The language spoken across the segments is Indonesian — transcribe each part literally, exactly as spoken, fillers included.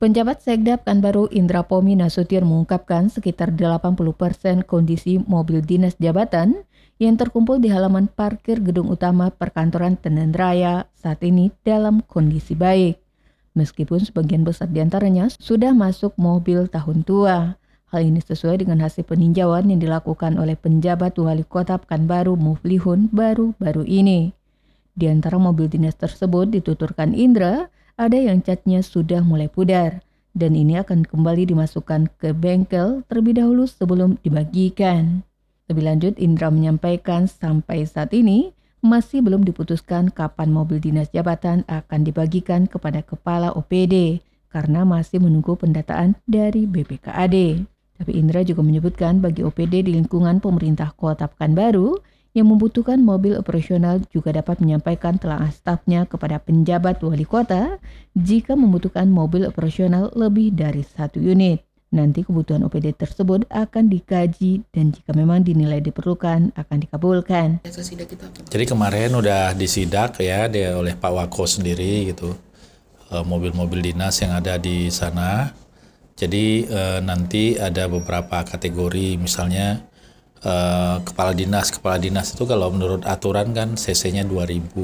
Penjabat Sekda Pekanbaru Indra Pomi Nasution mengungkapkan sekitar delapan puluh persen kondisi mobil dinas jabatan yang terkumpul di halaman parkir gedung utama perkantoran Tenen Raya saat ini dalam kondisi baik. Meskipun sebagian besar diantaranya sudah masuk mobil tahun tua. Hal ini sesuai dengan hasil peninjauan yang dilakukan oleh penjabat Wali Kota Pekanbaru Muflihun baru-baru ini. Di antara mobil dinas tersebut dituturkan Indra, ada yang catnya sudah mulai pudar, dan ini akan kembali dimasukkan ke bengkel terlebih dahulu sebelum dibagikan. Lebih lanjut, Indra menyampaikan sampai saat ini masih belum diputuskan kapan mobil dinas jabatan akan dibagikan kepada Kepala O P D, karena masih menunggu pendataan dari B P K A D. Tapi Indra juga menyebutkan bagi O P D di lingkungan pemerintah Kota Pekanbaru, yang membutuhkan mobil operasional juga dapat menyampaikan telah stafnya kepada penjabat wali kota jika membutuhkan mobil operasional lebih dari satu unit. Nanti kebutuhan O P D tersebut akan dikaji dan jika memang dinilai diperlukan akan dikabulkan. Jadi kemarin udah disidak ya dia oleh Pak Wako sendiri gitu, mobil-mobil dinas yang ada di sana. Jadi eh, nanti ada beberapa kategori, misalnya Uh, kepala dinas, kepala dinas itu kalau menurut aturan kan cc-nya dua ribu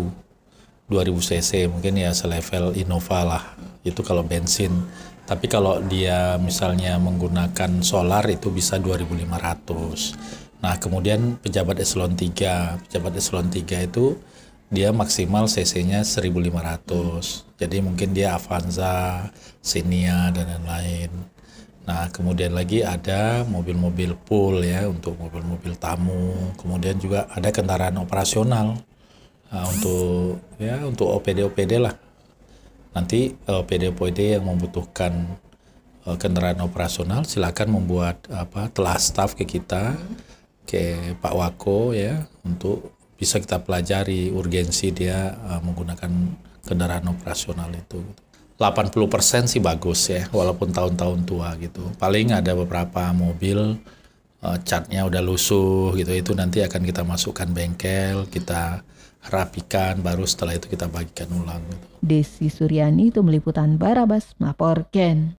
cc, mungkin ya selevel Innova lah, itu kalau bensin. Tapi kalau dia misalnya menggunakan solar itu bisa dua ribu lima ratus. Nah kemudian pejabat eselon tiga, pejabat eselon tiga itu dia maksimal cc-nya seribu lima ratus. Jadi mungkin dia Avanza, Xenia dan lain-lain. Nah, kemudian lagi ada mobil-mobil pool ya untuk mobil-mobil tamu. Kemudian juga ada kendaraan operasional nah, untuk ya untuk O P D O P D lah. Nanti O P D O P D yang membutuhkan uh, kendaraan operasional silakan membuat apa telah staf ke kita, ke Pak Wako ya, untuk bisa kita pelajari urgensi dia uh, menggunakan kendaraan operasional itu. delapan puluh persen sih bagus ya, walaupun tahun-tahun tua gitu. Paling ada beberapa mobil uh, catnya udah lusuh gitu, itu nanti akan kita masukkan bengkel, kita rapikan, baru setelah itu kita bagikan ulang gitu. Desi Suryani, itu meliputan Barabas melaporkan.